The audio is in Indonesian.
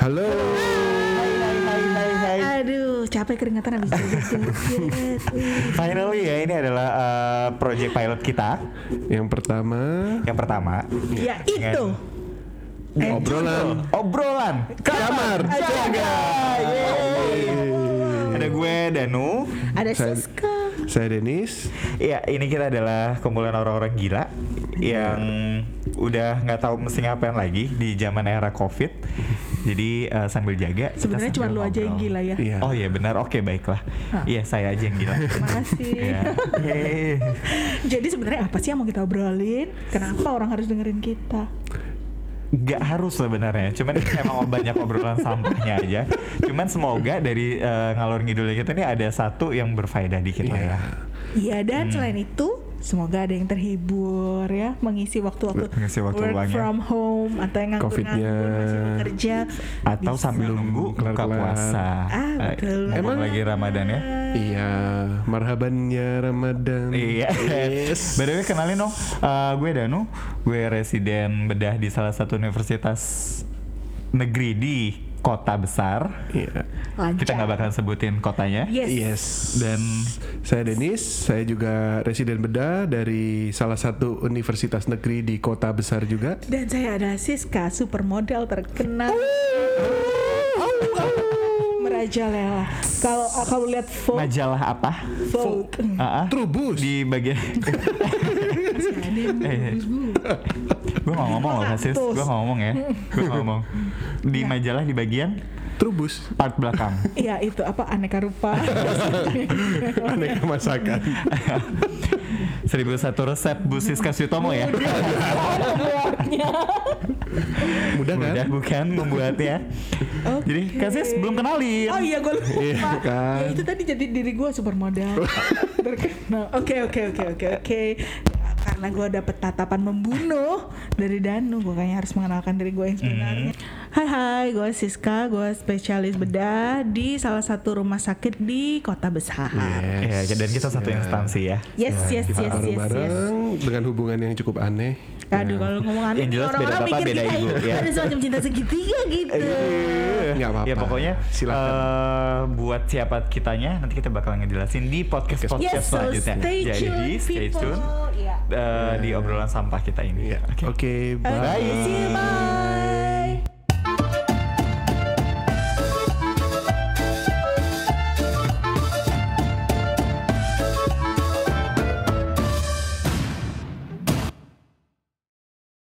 Halo. Hai. Aduh, capek keringatan habis joget. Finally ya, ini adalah project pilot kita Yang pertama. Ya itu. Obrolan Kamar Jaga. Ada gue Danu. Ada Siska. Saya Denis. Ya, ini kita adalah kumpulan orang-orang gila yang udah nggak tahu mesti ngapain lagi di zaman era COVID. Jadi sambil jaga. Sebenarnya cuma lu aja yang gila ya. Iya. Oh iya benar, oke baiklah. Iya saya aja yang gila. Terima kasih. Ya. Jadi sebenarnya apa sih yang mau kita obrolin? Kenapa orang harus dengerin kita? Gak harus sebenarnya, cuman emang banyak obrolan sampahnya aja. Cuman semoga dari ngalor ngidulnya kita ini ada satu yang berfaedah di kita ya. Iya, dan selain itu semoga ada yang terhibur ya, mengisi waktu-waktu work luangnya. from home atau yang Covid-nya. nganggur masih bekerja Atau bisa. sambil nunggu buka kelar-kelar. puasa. Betul. Emang lagi Ramadan ya? Iya, marhabannya Ramadan. Iya. Yes. By the way, kenalin dong, gue Danu, gue residen bedah di salah satu universitas negeri di kota besar. Iya. Lancar. Kita nggak bakal sebutin kotanya. Yes. Dan Saya Denis, saya juga residen bedah dari salah satu universitas negeri di kota besar juga. Dan saya ada Siska, supermodel terkenal. Merajalela. Kalau lihat Vogue, majalah apa? Vogue. Trubus. Di bagian gue nggak ngomong loh Sis, gue nggak ngomong ya, gue nggak ngomong. Di majalah di bagian Trubus. art belakang. Iya itu apa aneka rupa. Aneka masakan. 1001 resep Bu Siska Sutomo ya. Mudah kan? Mudah bukan membuatnya. Jadi Kasis belum kenalin. Oh iya gue lupa. Iya, kan? Ya, itu tadi jadi diri gue supermodel terkenal. Oke. Karena gue dapet tatapan membunuh dari Danu, gue kayaknya harus mengenalkan diri gue yang sebenarnya. Hai, gue Siska, gue spesialis bedah di salah satu rumah sakit di kota besar. Ya, dan kita satu instansi ya. Yes. Bareng-bareng dengan hubungan yang cukup aneh. Aduh, kalau ngomong aneh, Yang jelas beda orang-orang bapak, mikir beda kita ibu, ya. ada semacam cinta segitiga gitu. Nggak apa-apa. Ya pokoknya silakan. buat siapa kitanya nanti kita bakal ngejelasin di podcast Yes, so selanjutnya. stay Stay tune, tune people. Yeah. Di obrolan sampah kita ini. Iya. Oke, bye. See you, bye.